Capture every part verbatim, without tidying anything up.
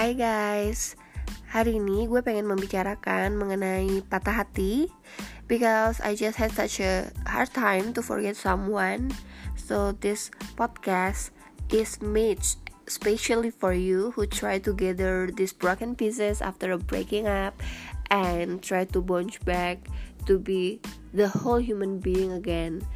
Hai guys, hari ini gue pengen membicarakan mengenai patah hati because I just had such a hard time to forget someone. So this podcast is made especially for you who try to gather these broken pieces after a breaking up and try to bounce back to be the whole human being again.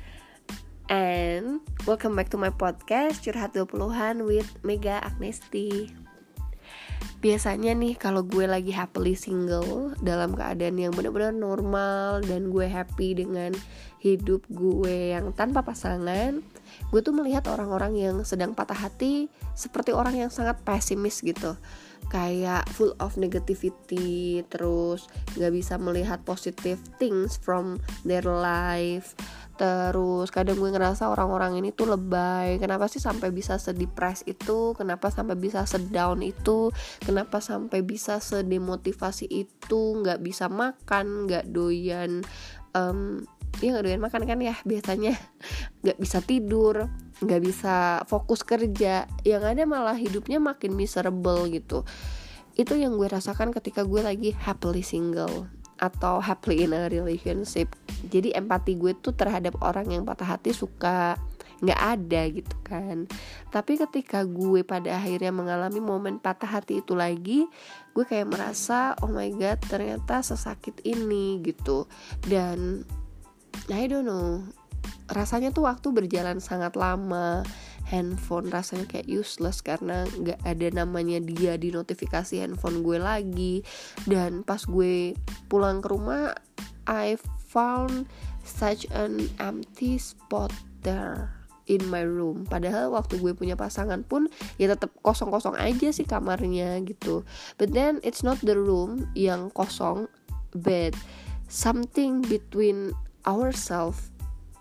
And welcome back to my podcast Curhat dua puluhan with Mega Agnesti. Biasanya nih kalau gue lagi happily single, dalam keadaan yang benar-benar normal dan gue happy dengan hidup gue yang tanpa pasangan, gue tuh melihat orang-orang yang sedang patah hati seperti orang yang sangat pesimis gitu, kayak full of negativity, terus gak bisa melihat positive things from their life. Terus kadang gue ngerasa orang-orang ini tuh lebay. Kenapa sih sampai bisa sedepres itu? Kenapa sampai bisa sedown itu? Kenapa sampai bisa sedemotivasi itu? Gak bisa makan, gak doyan um, Ya gak doyan makan kan ya biasanya. Gak bisa tidur, gak bisa fokus kerja. Yang ada malah hidupnya makin miserable gitu. Itu yang gue rasakan ketika gue lagi happily single atau happily in a relationship. Jadi empati gue tuh terhadap orang yang patah hati suka gak ada gitu kan. Tapi ketika gue pada akhirnya mengalami momen patah hati itu lagi, gue kayak merasa oh my god, ternyata sesakit ini gitu. Dan I don't know, rasanya tuh waktu berjalan sangat lama. Handphone rasanya kayak useless karena gak ada namanya dia di notifikasi handphone gue lagi. Dan pas gue pulang ke rumah, I found such an empty spot there in my room. Padahal waktu gue punya pasangan pun ya tetap kosong-kosong aja sih kamarnya gitu. But then it's not the room yang kosong, but something between ourselves.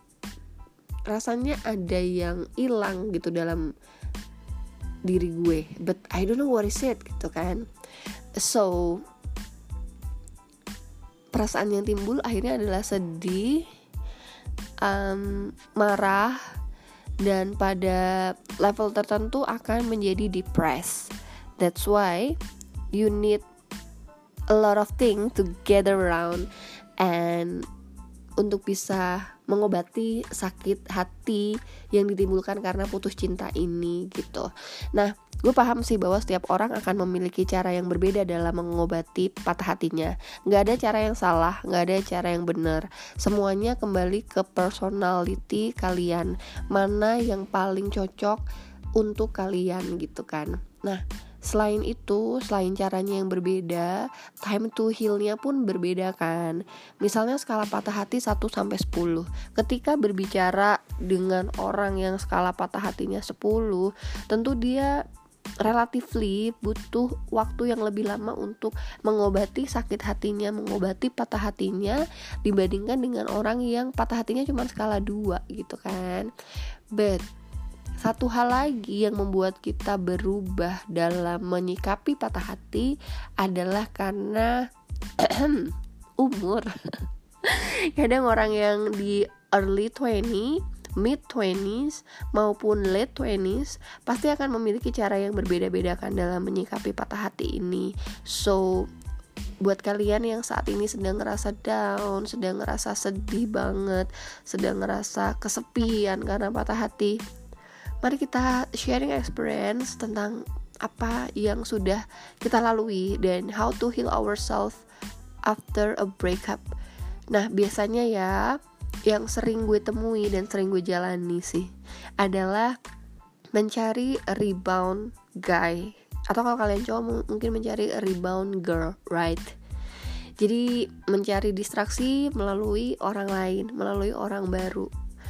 Rasanya ada yang hilang gitu dalam diri gue, but I don't know what is it gitu kan. So perasaan yang timbul akhirnya adalah sedih, um, marah, dan pada level tertentu akan menjadi depressed. That's why you need a lot of things to gather around and untuk bisa mengobati sakit hati yang ditimbulkan karena putus cinta ini gitu. Nah, gue paham sih bahwa setiap orang akan memiliki cara yang berbeda dalam mengobati patah hatinya. Gak ada cara yang salah, gak ada cara yang benar. Semuanya kembali ke personality kalian, mana yang paling cocok untuk kalian gitu kan. Nah, selain itu, selain caranya yang berbeda, time to heal-nya pun berbeda kan. Misalnya skala patah hati satu sampai sepuluh. Ketika berbicara dengan orang yang skala patah hatinya sepuluh, tentu dia relatively butuh waktu yang lebih lama untuk mengobati sakit hatinya, mengobati patah hatinya dibandingkan dengan orang yang patah hatinya cuma skala dua gitu kan. But satu hal lagi yang membuat kita berubah dalam menyikapi patah hati adalah karena umur. Kadang orang yang di early twenties, mid twenties maupun late twenties pasti akan memiliki cara yang berbeda-beda kan dalam menyikapi patah hati ini. So buat kalian yang saat ini sedang ngerasa down, sedang ngerasa sedih banget, sedang ngerasa kesepian karena patah hati, mari kita sharing experience tentang apa yang sudah kita lalui dan how to heal ourselves after a breakup. Nah, biasanya ya yang sering gue temui dan sering gue jalani sih adalah mencari a rebound guy, atau kalau kalian cowok mungkin mencari a rebound girl, right? Jadi mencari distraksi melalui orang lain, melalui orang baru.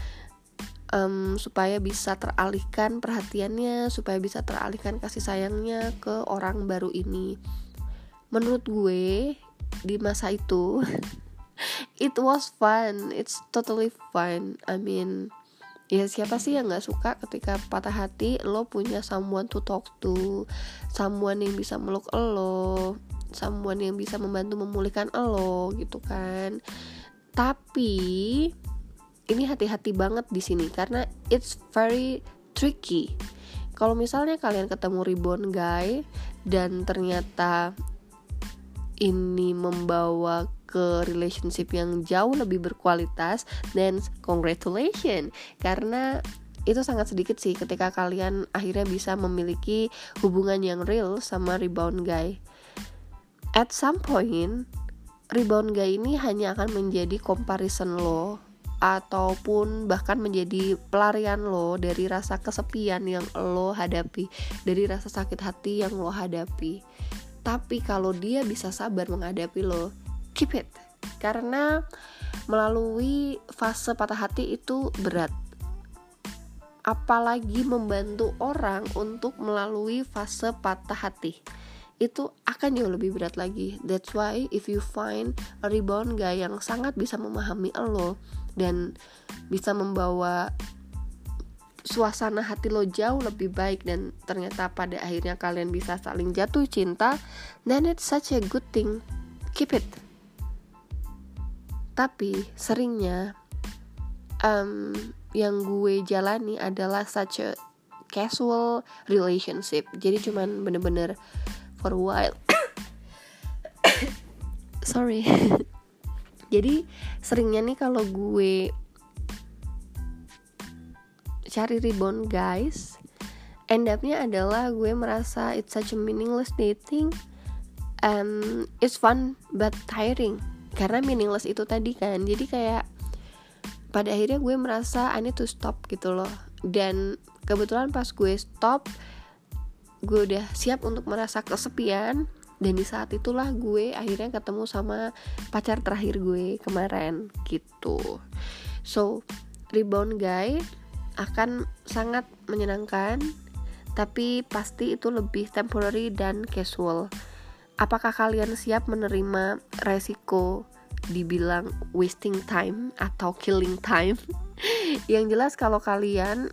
Um, supaya bisa teralihkan perhatiannya, supaya bisa teralihkan kasih sayangnya ke orang baru ini. Menurut gue di masa itu it was fun, it's totally fun. I mean, ya siapa sih yang gak suka ketika patah hati lo punya someone to talk to, someone yang bisa meluk lo, someone yang bisa membantu memulihkan lo gitu kan. Tapi ini hati-hati banget di sini karena it's very tricky. Kalau misalnya kalian ketemu rebound guy dan ternyata ini membawa ke relationship yang jauh lebih berkualitas, then congratulations, karena itu sangat sedikit sih ketika kalian akhirnya bisa memiliki hubungan yang real sama rebound guy. At some point, rebound guy ini hanya akan menjadi comparison lo, ataupun bahkan menjadi pelarian lo dari rasa kesepian yang lo hadapi, dari rasa sakit hati yang lo hadapi. Tapi kalau dia bisa sabar menghadapi lo, keep it. Karena melalui fase patah hati itu berat. Apalagi membantu orang untuk melalui fase patah hati, itu akan jauh lebih berat lagi. That's why if you find a rebound guy yang sangat bisa memahami lo dan bisa membawa suasana hati lo jauh lebih baik, dan ternyata pada akhirnya kalian bisa saling jatuh cinta, then it's such a good thing. Keep it. Tapi seringnya um, yang gue jalani adalah such a casual relationship. Jadi cuman bener-bener for a while. Sorry. Jadi seringnya nih kalau gue cari rebound guys, end up-nya adalah gue merasa it's such a meaningless dating, and it's fun but tiring. Karena meaningless itu tadi kan, jadi kayak pada akhirnya gue merasa I need to stop gitu loh. Dan kebetulan pas gue stop, gue udah siap untuk merasa kesepian, dan di saat itulah gue akhirnya ketemu sama pacar terakhir gue kemarin gitu. So rebound guy akan sangat menyenangkan, tapi pasti itu lebih temporary dan casual. Apakah kalian siap menerima resiko dibilang wasting time atau killing time? Yang jelas kalau kalian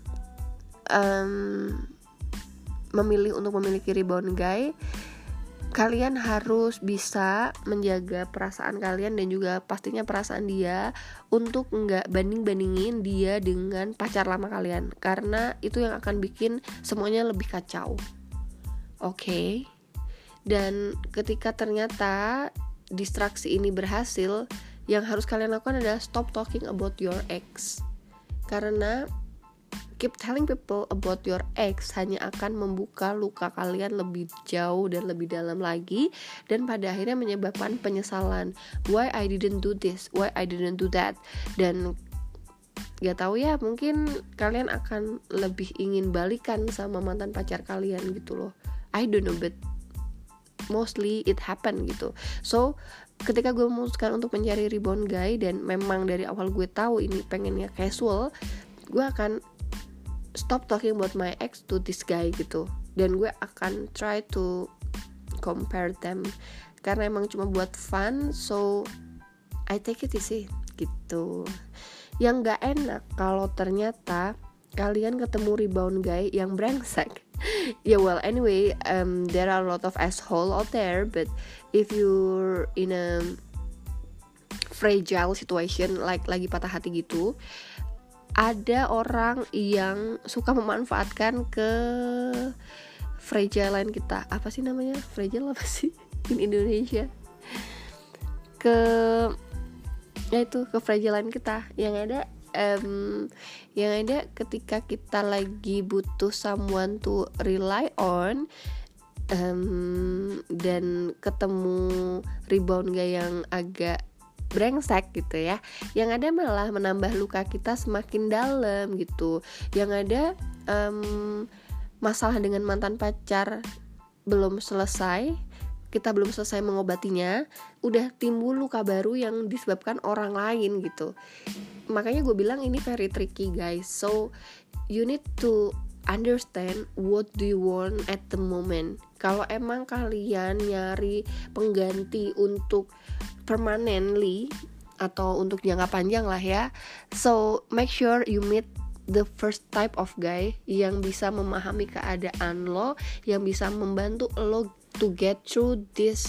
um, memilih untuk memiliki rebound guy, kalian harus bisa menjaga perasaan kalian dan juga pastinya perasaan dia untuk nggak banding-bandingin dia dengan pacar lama kalian, karena itu yang akan bikin semuanya lebih kacau. Oke, okay? Dan ketika ternyata distraksi ini berhasil, yang harus kalian lakukan adalah stop talking about your ex, karena keep telling people about your ex hanya akan membuka luka kalian lebih jauh dan lebih dalam lagi, dan pada akhirnya menyebabkan penyesalan. Why I didn't do this, why I didn't do that. Dan gak tahu ya, mungkin kalian akan lebih ingin balikan sama mantan pacar kalian gitu loh. I don't know, but mostly it happen gitu. So ketika gue memutuskan untuk mencari rebound guy, dan memang dari awal gue tahu ini pengennya casual, gue akan stop talking about my ex to this guy gitu, dan gue akan try to compare them karena emang cuma buat fun. So I take it easy gitu. Yang gak enak kalau ternyata kalian ketemu rebound guy yang brengsek. Ya yeah, well anyway, um, there are a lot of asshole out there, but if you're in a fragile situation, like lagi patah hati gitu, ada orang yang suka memanfaatkan ke fragilean kita. Apa sih namanya? Fragile apa sih in Indonesia? Ke ya itu, ke fragilean kita. Yang ada um, yang ada ketika kita lagi butuh someone to rely on, um, dan ketemu rebound guy yang agak brengsek gitu ya, yang ada malah menambah luka kita semakin dalam gitu. Yang ada um, masalah dengan mantan pacar belum selesai, kita belum selesai mengobatinya, udah timbul luka baru yang disebabkan orang lain gitu. Makanya gue bilang ini very tricky guys. So you need to understand what do you want at the moment. Kalau emang kalian nyari pengganti untuk permanently atau untuk jangka panjang lah ya, so make sure you meet the first type of guy yang bisa memahami keadaan lo, yang bisa membantu lo to get through this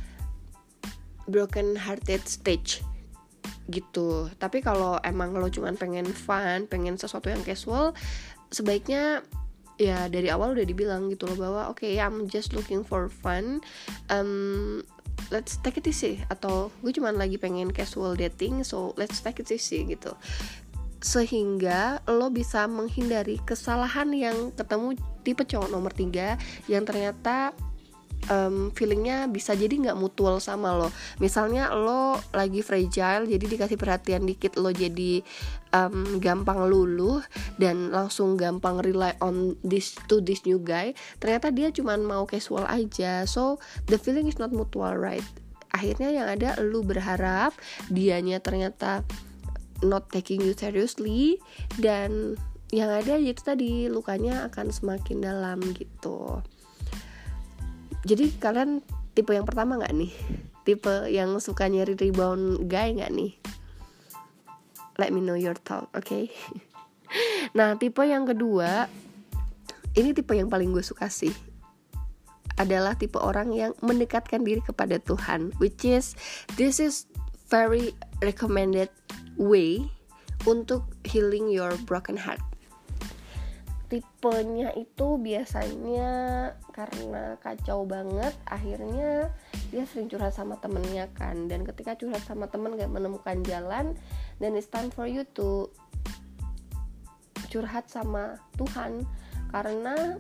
broken hearted stage gitu. Tapi kalau emang lo cuman pengen fun, pengen sesuatu yang casual, sebaiknya ya dari awal udah dibilang gitu loh bahwa oke okay, I'm just looking for fun, um, let's take it easy, atau gue cuma lagi pengen casual dating, so let's take it easy gitu, sehingga lo bisa menghindari kesalahan yang ketemu tipe cowok nomor tiga yang ternyata Um, feelingnya bisa jadi nggak mutual sama lo. Misalnya lo lagi fragile, jadi dikasih perhatian dikit lo jadi um, gampang luluh dan langsung gampang rely on this to this new guy. Ternyata dia cuma mau casual aja, so the feeling is not mutual, right? Akhirnya yang ada lo berharap dianya ternyata not taking you seriously, dan yang ada itu tadi lukanya akan semakin dalam gitu. Jadi kalian tipe yang pertama gak nih? Tipe yang suka nyari rebound guy gak nih? Let me know your thought, oke? Okay? Nah, tipe yang kedua, ini tipe yang paling gue suka sih, adalah tipe orang yang mendekatkan diri kepada Tuhan, which is, this is very recommended way untuk healing your broken heart. Tipenya itu biasanya karena kacau banget, akhirnya dia sering curhat sama temennya kan, dan ketika curhat sama temen gak menemukan jalan, then it's time for you to curhat sama Tuhan, karena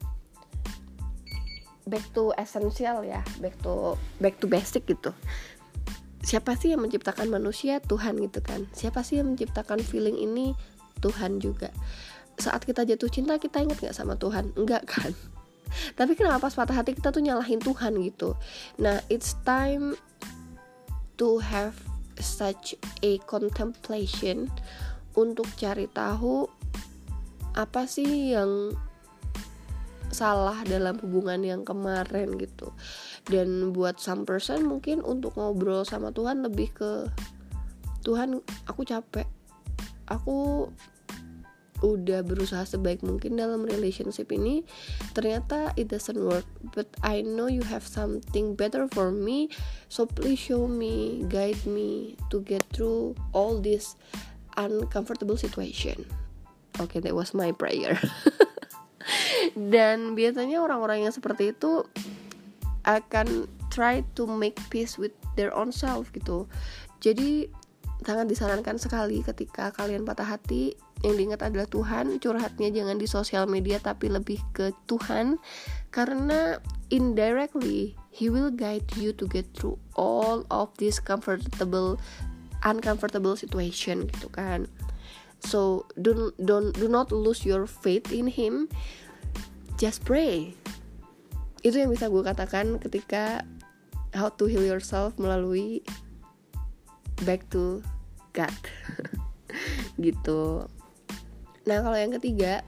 back to essential ya, back to back to basic gitu. Siapa sih yang menciptakan manusia? Tuhan gitu kan. Siapa sih yang menciptakan feeling ini? Tuhan juga. Saat kita jatuh cinta, kita ingat gak sama Tuhan? Enggak kan? Tapi kenapa pas patah hati kita tuh nyalahin Tuhan gitu? Nah, it's time to have such a contemplation untuk cari tahu apa sih yang salah dalam hubungan yang kemarin gitu. Dan buat some person mungkin untuk ngobrol sama Tuhan lebih ke, Tuhan, aku capek, aku udah berusaha sebaik mungkin dalam relationship ini, ternyata it doesn't work, but I know you have something better for me, so please show me, guide me to get through all this uncomfortable situation. Oke, okay, that was my prayer. Dan biasanya orang-orang yang seperti itu akan try to make peace with their own self gitu. Jadi sangat disarankan sekali ketika kalian patah hati, yang diingat adalah Tuhan. Curhatnya jangan di sosial media, tapi lebih ke Tuhan, karena indirectly He will guide you to get through all of this comfortable, uncomfortable situation gitu kan. So don't don't do not lose your faith in Him. Just pray. Itu yang bisa gue katakan ketika how to heal yourself melalui back to God. Gitu. Nah, kalau yang ketiga,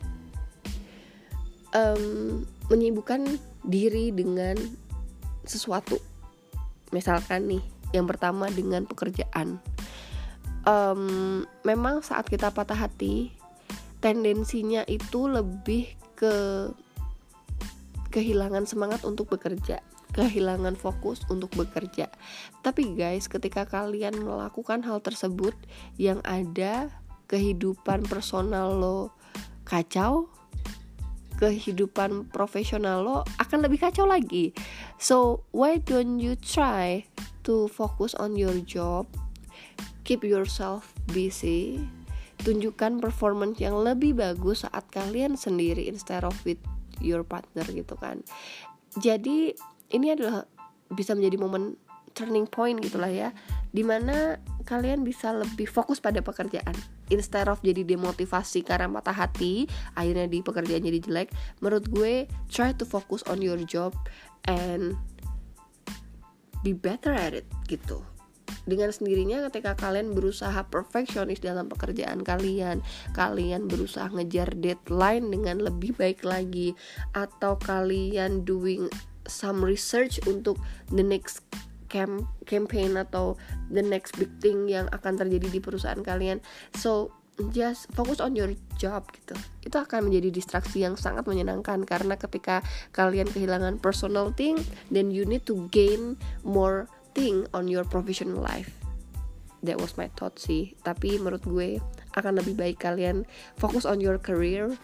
um, menyibukkan diri dengan sesuatu. Misalkan nih, yang pertama dengan pekerjaan. Um, memang saat kita patah hati, tendensinya itu lebih ke kehilangan semangat untuk bekerja, kehilangan fokus untuk bekerja. Tapi guys, ketika kalian melakukan hal tersebut, yang ada kehidupan personal lo kacau, kehidupan profesional lo akan lebih kacau lagi. So why don't you try to focus on your job, keep yourself busy, tunjukkan performance yang lebih bagus saat kalian sendiri instead of with your partner gitu kan. Jadi ini adalah bisa menjadi momen turning point gitulah ya, dimana kalian bisa lebih fokus pada pekerjaan instead of jadi demotivasi karena patah hati akhirnya di pekerjaan jadi jelek. Menurut gue, try to focus on your job and be better at it gitu. Dengan sendirinya ketika kalian berusaha perfeksionis dalam pekerjaan kalian, kalian berusaha ngejar deadline dengan lebih baik lagi, atau kalian doing some research untuk the next camp, campaign atau the next big thing yang akan terjadi di perusahaan kalian. So just focus on your job gitu. Itu akan menjadi distraksi yang sangat menyenangkan, karena ketika kalian kehilangan personal thing, then you need to gain more thing on your professional life. That was my thought sih. Tapi menurut gue akan lebih baik kalian fokus on your career,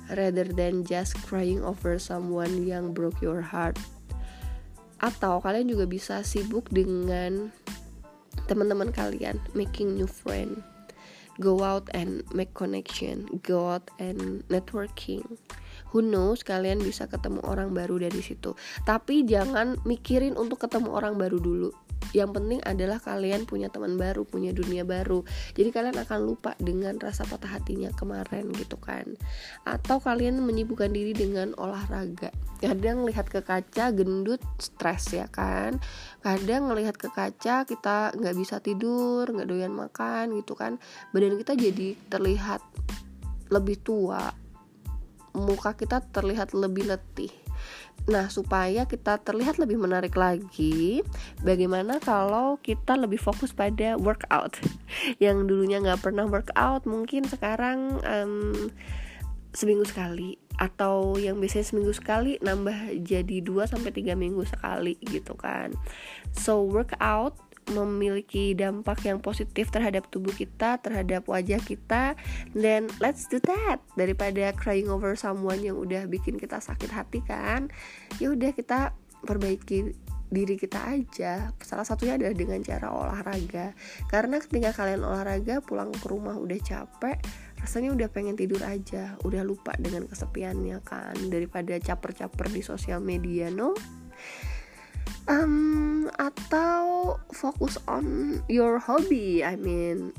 rather than just crying over someone yang broke your heart. Atau kalian juga bisa sibuk dengan teman-teman kalian, making new friend, go out and make connection, go out and networking. Who knows, kalian bisa ketemu orang baru dari situ. Tapi jangan mikirin untuk ketemu orang baru dulu. Yang penting adalah kalian punya teman baru, punya dunia baru. Jadi kalian akan lupa dengan rasa patah hatinya kemarin gitu kan. Atau kalian menyibukkan diri dengan olahraga. Kadang lihat ke kaca gendut, stres ya kan. Kadang ngelihat ke kaca kita gak bisa tidur, gak doyan makan gitu kan. Badan kita jadi terlihat lebih tua, muka kita terlihat lebih letih. Nah, supaya kita terlihat lebih menarik lagi, bagaimana kalau kita lebih fokus pada workout? Yang dulunya gak pernah workout, mungkin sekarang um, seminggu sekali. Atau yang biasanya seminggu sekali nambah jadi dua sampai tiga minggu sekali gitu kan. So, workout memiliki dampak yang positif terhadap tubuh kita, terhadap wajah kita. Then let's do that, daripada crying over someone yang udah bikin kita sakit hati kan. Ya udah, kita perbaiki diri kita aja. Salah satunya adalah dengan cara olahraga. Karena ketika kalian olahraga, pulang ke rumah udah capek, rasanya udah pengen tidur aja, udah lupa dengan kesepiannya kan, daripada caper-caper di sosial media, no? Um, atau fokus on your hobby. I mean,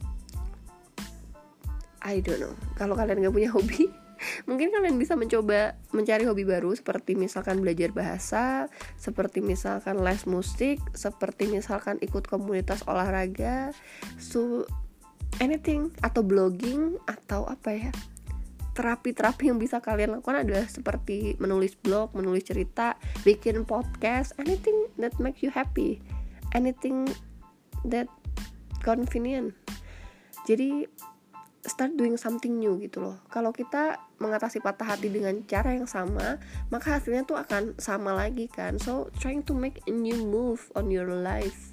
I don't know. Kalau kalian gak punya hobi, mungkin kalian bisa mencoba mencari hobi baru, seperti misalkan belajar bahasa, seperti misalkan les musik, seperti misalkan ikut komunitas olahraga, so anything, atau blogging, atau apa ya, terapi-terapi yang bisa kalian lakukan adalah seperti menulis blog, menulis cerita, bikin podcast, anything that makes you happy, anything that convenient. Jadi start doing something new gitu loh. Kalau kita mengatasi patah hati dengan cara yang sama, maka hasilnya tuh akan sama lagi kan. So trying to make a new move on your life.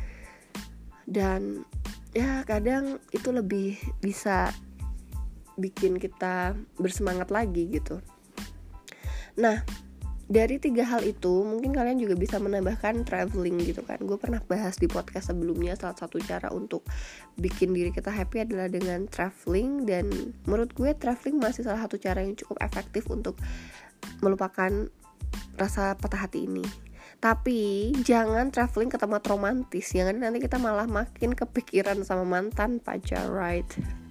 Dan ya kadang itu lebih bisa bikin kita bersemangat lagi gitu. Nah, dari tiga hal itu mungkin kalian juga bisa menambahkan traveling gitu kan. Gue pernah bahas di podcast sebelumnya, salah satu cara untuk bikin diri kita happy adalah dengan traveling. Dan menurut gue traveling masih salah satu cara yang cukup efektif untuk melupakan rasa patah hati ini. Tapi jangan traveling ke tempat romantis, jangan nanti kita malah makin kepikiran sama mantan pacar, right?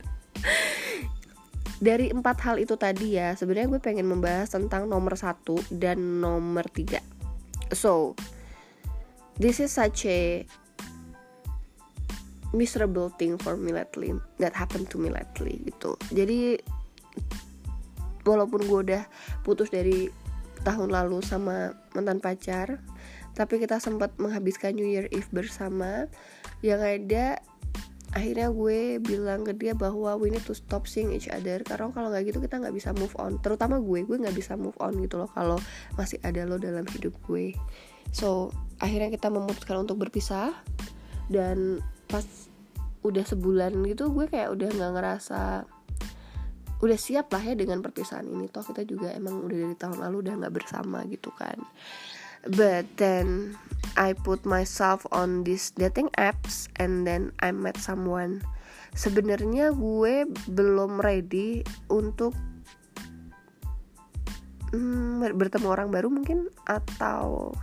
Dari empat hal itu tadi ya, sebenarnya gue pengen membahas tentang nomor satu dan nomor tiga. So, this is such a miserable thing for me lately, that happened to me lately gitu. Jadi, walaupun gue udah putus dari tahun lalu sama mantan pacar, tapi kita sempat menghabiskan New Year Eve bersama. Yang ada, akhirnya gue bilang ke dia bahwa we need to stop seeing each other, karena kalau nggak gitu kita nggak bisa move on. Terutama gue, gue nggak bisa move on gitu loh kalau masih ada lo dalam hidup gue. So akhirnya kita memutuskan untuk berpisah. Dan pas udah sebulan gitu, gue kayak udah nggak ngerasa udah siap lah ya dengan perpisahan ini. Toh kita juga emang udah dari tahun lalu udah nggak bersama gitu kan. But then I put myself on these dating apps and then I met someone. Sebenarnya gue belum ready untuk hmm, bertemu orang baru mungkin, atau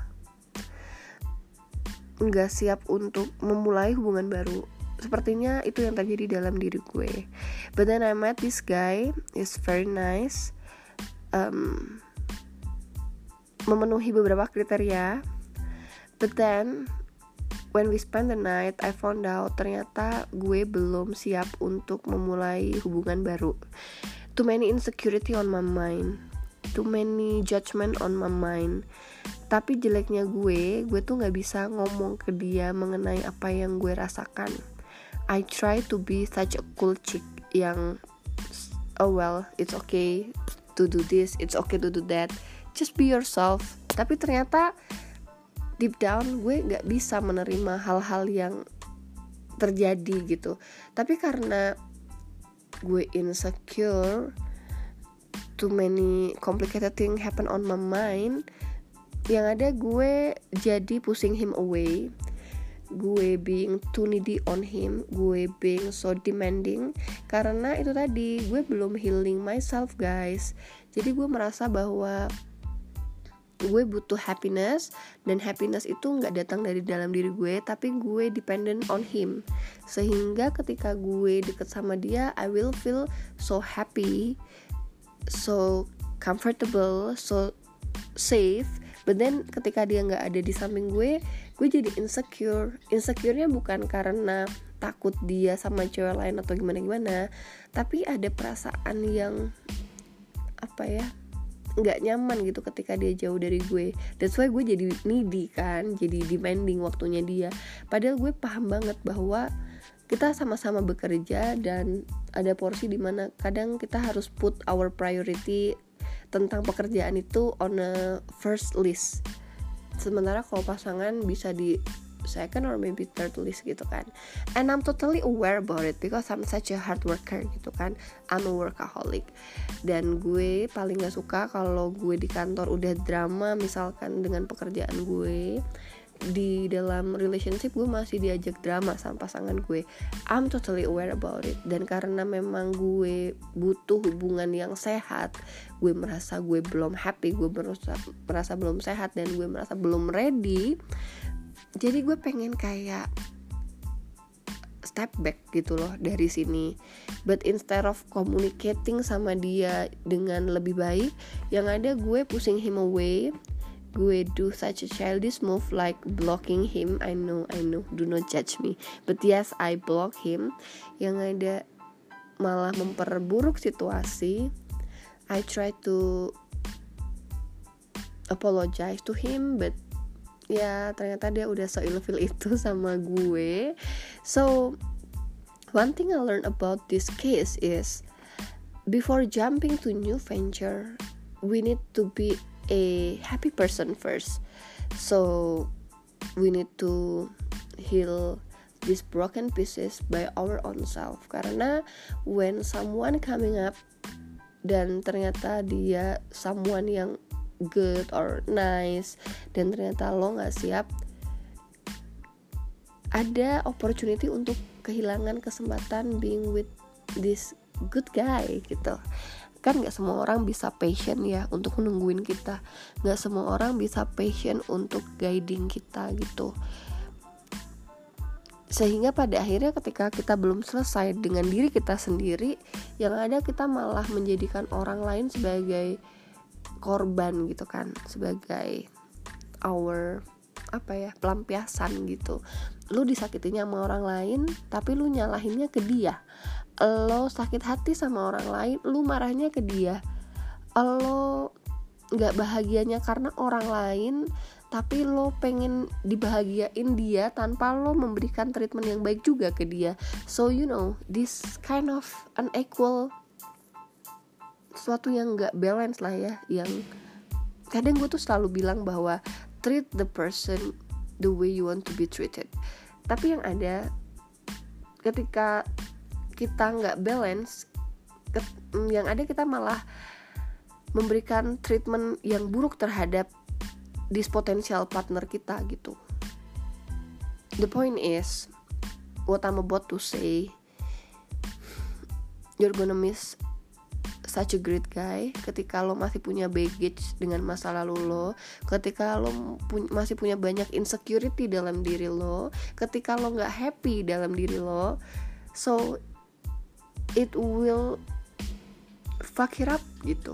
nggak siap untuk memulai hubungan baru. Sepertinya itu yang terjadi dalam diri gue. But then I met this guy, is very nice, um, memenuhi beberapa kriteria. But then when we spend the night, I found out ternyata gue belum siap untuk memulai hubungan baru. Too many insecurity on my mind, too many judgment on my mind. Tapi jeleknya gue, gue tuh gak bisa ngomong ke dia mengenai apa yang gue rasakan. I try to be such a cool chick yang, oh well, it's okay to do this, it's okay to do that, just be yourself. Tapi ternyata deep down gue gak bisa menerima hal-hal yang terjadi gitu. Tapi karena gue insecure, too many complicated thing happen on my mind. Yang ada gue jadi pushing him away, gue being too needy on him, gue being so demanding. Karena itu tadi, gue belum healing myself guys. Jadi gue merasa bahwa gue butuh happiness, dan happiness itu gak datang dari dalam diri gue, tapi gue dependent on him. Sehingga ketika gue deket sama dia, I will feel so happy, so comfortable, so safe. But then ketika dia gak ada di samping gue, gue jadi insecure. Insecure-nya bukan karena takut dia sama cewek lain atau gimana-gimana, tapi ada perasaan yang apa ya, gak nyaman gitu ketika dia jauh dari gue. That's why gue jadi needy kan, jadi demanding waktunya dia. Padahal gue paham banget bahwa kita sama-sama bekerja, dan ada porsi dimana kadang kita harus put our priority tentang pekerjaan itu on a first list. Sementara kalau pasangan bisa di second or maybe third list gitu kan. And I'm totally aware about it because I'm such a hard worker gitu kan. I'm a workaholic. Dan gue paling gak suka kalau gue di kantor udah drama misalkan dengan pekerjaan gue. Di dalam relationship gue masih diajak drama sama pasangan gue. I'm totally aware about it. Dan karena memang gue butuh hubungan yang sehat, gue merasa gue belum happy, gue merasa, merasa belum sehat, dan gue merasa belum ready. Jadi gue pengen kayak step back gitu loh dari sini. But instead of communicating sama dia dengan lebih baik, yang ada gue pushing him away. Gue do such a childish move like blocking him. I know, I know, do not judge me. But yes, I block him. Yang ada malah memperburuk situasi. I try to apologize to him, but ya ternyata dia udah se-ilfil itu sama gue. So one thing I learned about this case is before jumping to new venture, we need to be a happy person first. So we need to heal these broken pieces by our own self. Karena when someone coming up dan ternyata dia someone yang good or nice, dan ternyata lo gak siap, ada opportunity untuk kehilangan kesempatan being with this good guy gitu. Kan gak semua orang bisa patient ya untuk nungguin kita, gak semua orang bisa patient untuk guiding kita gitu. Sehingga pada akhirnya ketika kita belum selesai dengan diri kita sendiri, yang ada kita malah menjadikan orang lain sebagai korban gitu kan, sebagai our apa ya, pelampiasan gitu. Lu disakitinya sama orang lain, tapi lu nyalahinnya ke dia. Lo sakit hati sama orang lain, lu marahnya ke dia. Lo gak bahagianya karena orang lain, tapi lo pengen dibahagiain dia tanpa lo memberikan treatment yang baik juga ke dia. So you know, this kind of unequal, sesuatu yang gak balance lah ya. Yang kadang gue tuh selalu bilang bahwa treat the person the way you want to be treated. Tapi yang ada ketika kita gak balance, yang ada kita malah memberikan treatment yang buruk terhadap this potential partner kita gitu. The point is, what I'm about to say, you're gonna miss such a great guy ketika lo masih punya baggage dengan masa lalu lo, ketika lo pu- masih punya banyak insecurity dalam diri lo, ketika lo gak happy dalam diri lo. So it will fuck it up gitu.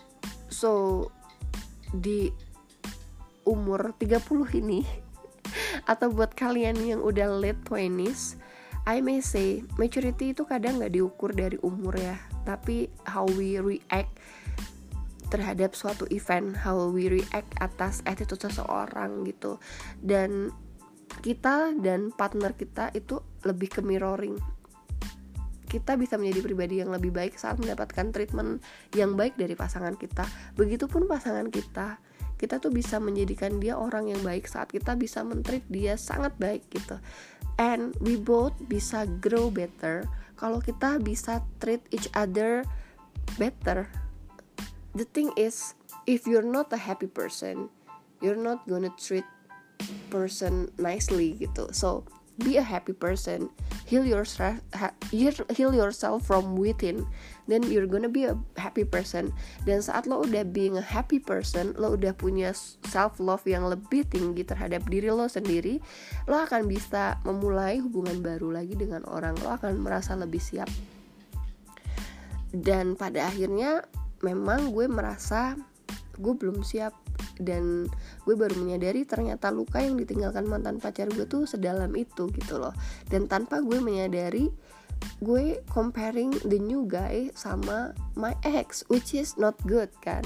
So di umur tiga puluh ini atau buat kalian yang udah late twenties, I may say maturity itu kadang gak diukur dari umur ya, tapi how we react terhadap suatu event, how we react atas attitude seseorang gitu. Dan kita dan partner kita itu lebih ke mirroring. Kita bisa menjadi pribadi yang lebih baik saat mendapatkan treatment yang baik dari pasangan kita. Begitupun pasangan kita, kita tuh bisa menjadikan dia orang yang baik saat kita bisa men-treat dia sangat baik gitu. And we both bisa grow better kalau kita bisa treat each other better. the thing is, if you're not a happy person, you're not gonna treat person nicely gitu. So be a happy person, heal yourself, heal yourself from within, then you're gonna be a happy person. Dan saat lo udah being a happy person, lo udah punya self love yang lebih tinggi terhadap diri lo sendiri, lo akan bisa memulai hubungan baru lagi dengan orang. Lo akan merasa lebih siap. Dan pada akhirnya memang gue merasa gue belum siap, dan gue baru menyadari ternyata luka yang ditinggalkan mantan pacar gue tuh sedalam itu gitu loh. Dan tanpa gue menyadari, gue comparing the new guy sama my ex, which is not good kan.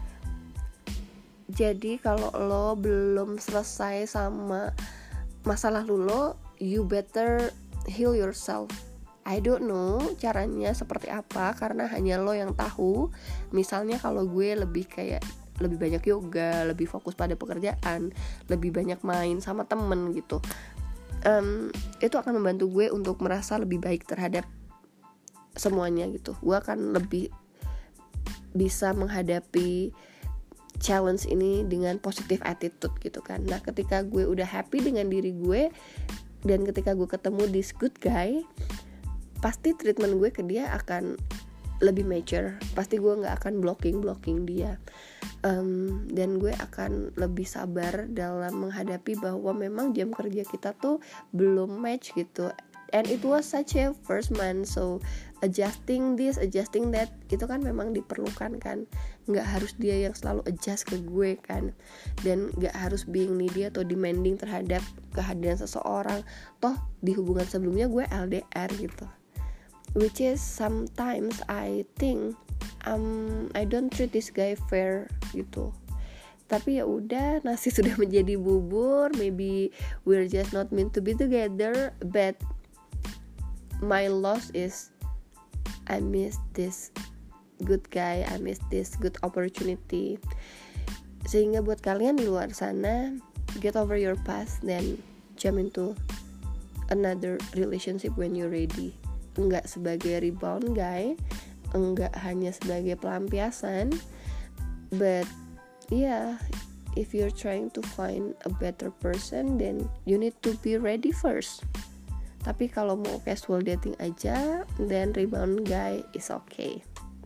Jadi kalau lo belum selesai sama masa lalu lo, you better heal yourself. I don't know caranya seperti apa, karena hanya lo yang tahu. Misalnya kalau gue lebih kayak lebih banyak yoga, lebih fokus pada pekerjaan, lebih banyak main sama temen gitu, um, itu akan membantu gue untuk merasa lebih baik terhadap semuanya gitu. Gue akan lebih bisa menghadapi challenge ini dengan positive attitude gitu kan. Nah ketika gue udah happy dengan diri gue, dan ketika gue ketemu this good guy, pasti treatment gue ke dia akan lebih mature. Pasti gue gak akan blocking-blocking dia, um, dan gue akan lebih sabar dalam menghadapi bahwa memang jam kerja kita tuh belum match gitu. And it was such a first month, so adjusting this, adjusting that, itu kan memang diperlukan kan. Gak harus dia yang selalu adjust ke gue kan, dan gak harus being needy atau demanding terhadap kehadiran seseorang. Toh di hubungan sebelumnya gue L D R gitu, which is sometimes I think um I don't treat this guy fair gitu. Tapi ya udah, nasi sudah menjadi bubur. Maybe we're just not meant to be together, but my loss is I miss this good guy, I miss this good opportunity. Sehingga buat kalian di luar sana, get over your past then jump into another relationship when you're ready. Enggak sebagai rebound guy, enggak hanya sebagai pelampiasan, but yeah, if you're trying to find a better person, then you need to be ready first. Tapi kalau mau casual dating aja, then rebound guy is okay.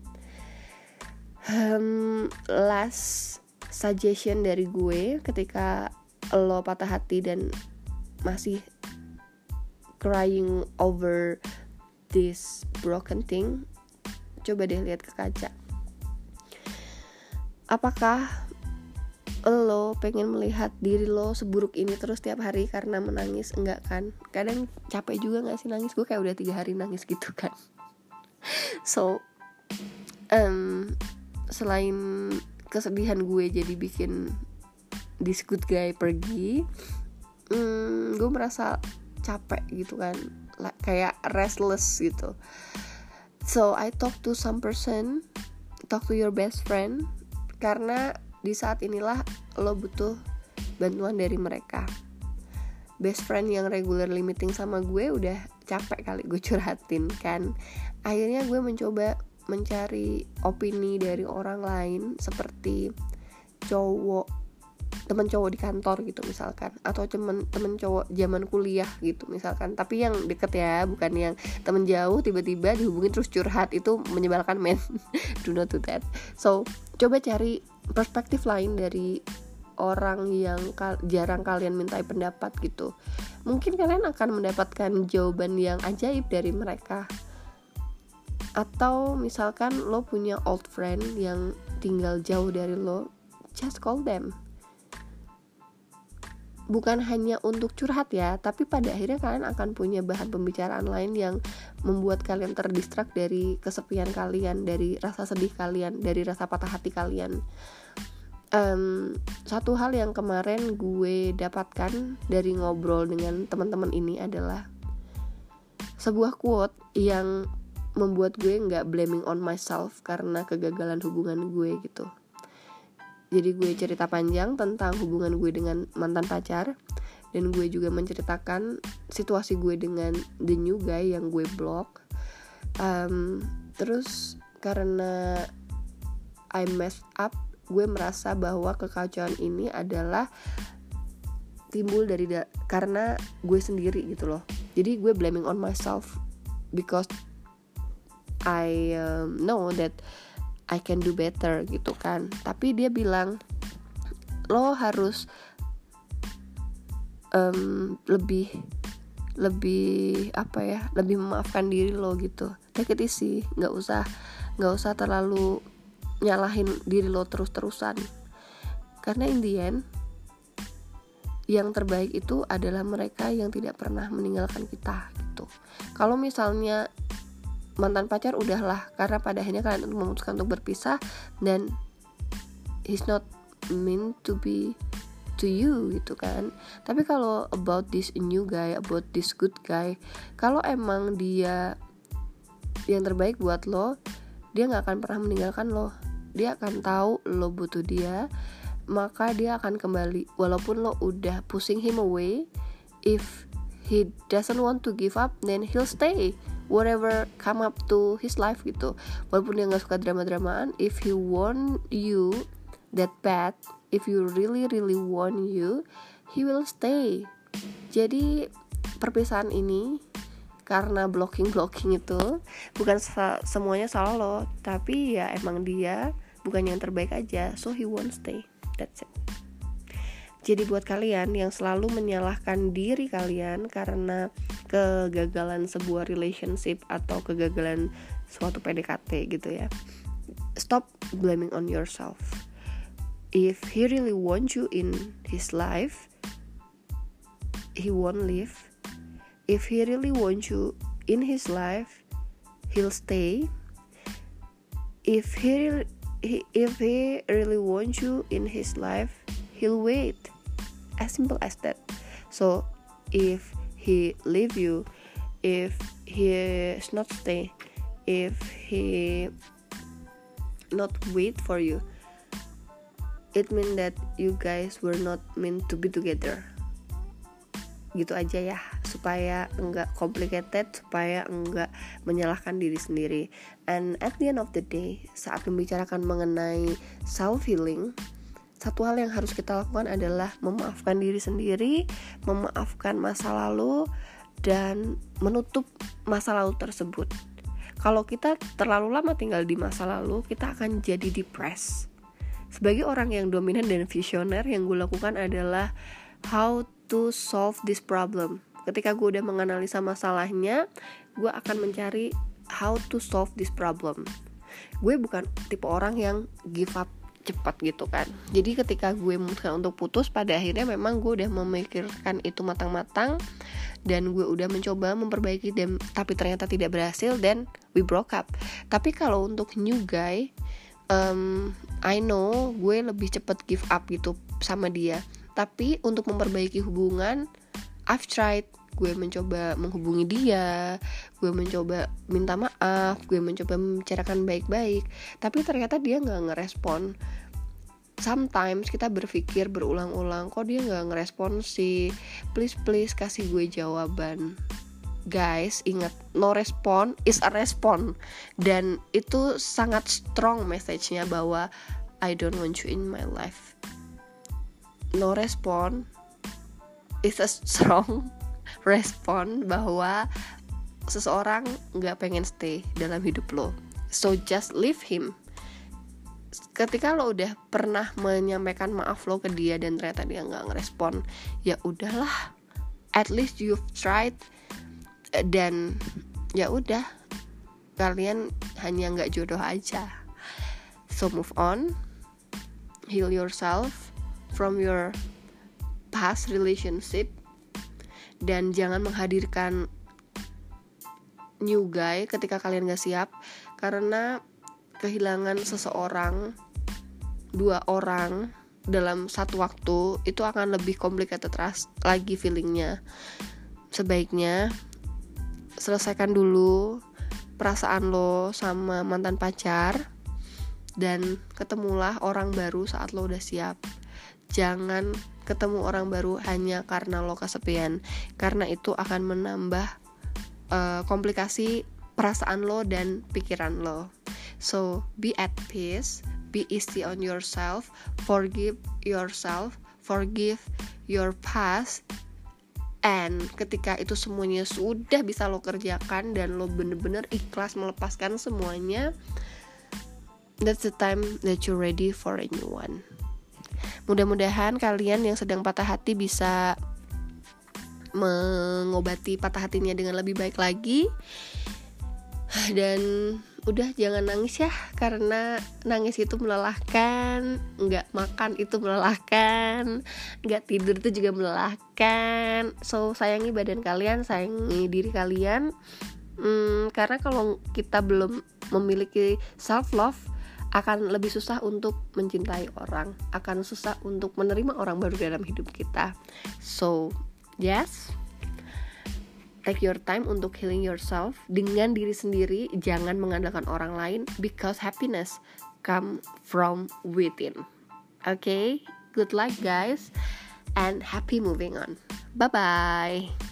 Um, last suggestion dari gue, ketika lo patah hati dan masih crying over this broken thing, coba deh lihat ke kaca. Apakah lo pengen melihat diri lo seburuk ini terus tiap hari karena menangis? Enggak kan? Kadang capek juga gak sih nangis? Gue kayak udah tiga hari nangis gitu kan. So um, selain kesedihan gue jadi bikin this good guy pergi, um, gue merasa capek gitu kan, kayak restless gitu. So I talk to some person, talk to your best friend, karena di saat inilah lo butuh bantuan dari mereka. Best friend yang regularly meeting sama gue udah capek kali gue curhatin kan. Akhirnya gue mencoba mencari opini dari orang lain, seperti cowok, temen cowok di kantor gitu misalkan, atau temen temen cowok zaman kuliah gitu misalkan, tapi yang deket ya, bukan yang temen jauh tiba-tiba dihubungin terus curhat. Itu menyebalkan men. Do not do that. So coba cari perspektif lain dari orang yang kal- jarang kalian mintai pendapat gitu. Mungkin kalian akan mendapatkan jawaban yang ajaib dari mereka. Atau misalkan lo punya old friend yang tinggal jauh dari lo, just call them. Bukan hanya untuk curhat ya, tapi pada akhirnya kalian akan punya bahan pembicaraan lain yang membuat kalian terdistrak dari kesepian kalian, dari rasa sedih kalian, dari rasa patah hati kalian. Um, satu hal yang kemarin gue dapatkan dari ngobrol dengan teman-teman ini adalah sebuah quote yang membuat gue gak blaming on myself karena kegagalan hubungan gue gitu. Jadi gue cerita panjang tentang hubungan gue dengan mantan pacar, dan gue juga menceritakan situasi gue dengan the new guy yang gue block. Um, terus karena I messed up, gue merasa bahwa kekacauan ini adalah timbul dari da- karena gue sendiri gitu loh. Jadi gue blaming on myself because I um, know that I can do better gitu kan. Tapi dia bilang lo harus um, lebih lebih apa ya, lebih memaafkan diri lo gitu. Take it easy, nggak usah nggak usah terlalu nyalahin diri lo terus-terusan. Karena in the end, yang terbaik itu adalah mereka yang tidak pernah meninggalkan kita gitu. Kalau misalnya mantan pacar, udahlah, karena pada akhirnya kalian memutuskan untuk berpisah dan he's not meant to be to you gitu kan. Tapi kalau about this new guy, about this good guy, kalau emang dia yang terbaik buat lo, dia gak akan pernah meninggalkan lo. Dia akan tahu lo butuh dia, maka dia akan kembali. Walaupun lo udah pushing him away, if he doesn't want to give up, then he'll stay whatever come up to his life gitu. Walaupun dia gak suka drama-dramaan, if he want you that bad, if you really really want you, he will stay. Jadi perpisahan ini karena blocking-blocking itu bukan sa- semuanya salah lo, tapi ya emang dia bukan yang terbaik aja, so he won't stay. That's it. Jadi buat kalian yang selalu menyalahkan diri kalian karena kegagalan sebuah relationship atau kegagalan suatu P D K T gitu ya, stop blaming on yourself. If he really wants you in his life, he won't leave. If he really wants you in his life, he'll stay. If he, he if he really wants you in his life, he'll wait. As simple as that. So if he leave you, if he is not stay, if he not wait for you, it mean that you guys were not meant to be together. Gitu aja ya, supaya enggak complicated, supaya enggak menyalahkan diri sendiri. And at the end of the day, saat membicarakan mengenai self healing, satu hal yang harus kita lakukan adalah memaafkan diri sendiri, memaafkan masa lalu, dan menutup masa lalu tersebut. Kalau kita terlalu lama tinggal di masa lalu, kita akan jadi depressed. Sebagai orang yang dominan dan visioner, yang gue lakukan adalah how to solve this problem. Ketika gue udah menganalisa masalahnya, gue akan mencari how to solve this problem. Gue bukan tipe orang yang give up cepat gitu kan. Jadi ketika gue memutuskan untuk putus, pada akhirnya memang gue udah memikirkan itu matang-matang dan gue udah mencoba memperbaiki dan tapi ternyata tidak berhasil, dan we broke up. Tapi kalau untuk new guy, um, I know gue lebih cepat give up gitu sama dia. Tapi untuk memperbaiki hubungan, I've tried. Gue mencoba menghubungi dia, gue mencoba minta maaf, gue mencoba membicarakan baik-baik, tapi ternyata dia gak ngerespon. Sometimes kita berpikir berulang-ulang, kok dia gak ngerespon sih, please-please kasih gue jawaban. Guys, ingat, no respond is a respond. Dan itu sangat strong message-nya bahwa I don't want you in my life. No respond is a strong respon bahwa seseorang gak pengen stay dalam hidup lo. So just leave him. Ketika lo udah pernah menyampaikan maaf lo ke dia dan ternyata dia gak ngerespon, ya udahlah, at least you've tried. Dan ya udah, kalian hanya gak jodoh aja. So move on, heal yourself from your past relationship, dan jangan menghadirkan new guy ketika kalian gak siap. Karena kehilangan seseorang, dua orang dalam satu waktu, itu akan lebih complicated lagi feelingnya. Sebaiknya selesaikan dulu perasaan lo sama mantan pacar, dan ketemulah orang baru saat lo udah siap. Jangan ketemu orang baru hanya karena lo kesepian, karena itu akan menambah uh, komplikasi perasaan lo dan pikiran lo. So be at peace, be easy on yourself, forgive yourself, forgive your past. And ketika itu semuanya sudah bisa lo kerjakan dan lo bener-bener ikhlas melepaskan semuanya, that's the time that you're ready for a new one. Mudah-mudahan kalian yang sedang patah hati bisa mengobati patah hatinya dengan lebih baik lagi. Dan udah jangan nangis ya, karena nangis itu melelahkan, nggak makan itu melelahkan, nggak tidur itu juga melelahkan. So sayangi badan kalian, sayangi diri kalian, hmm, karena kalau kita belum memiliki self love, akan lebih susah untuk mencintai orang, akan susah untuk menerima orang baru dalam hidup kita. So yes, take your time untuk healing yourself dengan diri sendiri. Jangan mengandalkan orang lain, because happiness come from within. Okay, good luck guys, and happy moving on. Bye bye.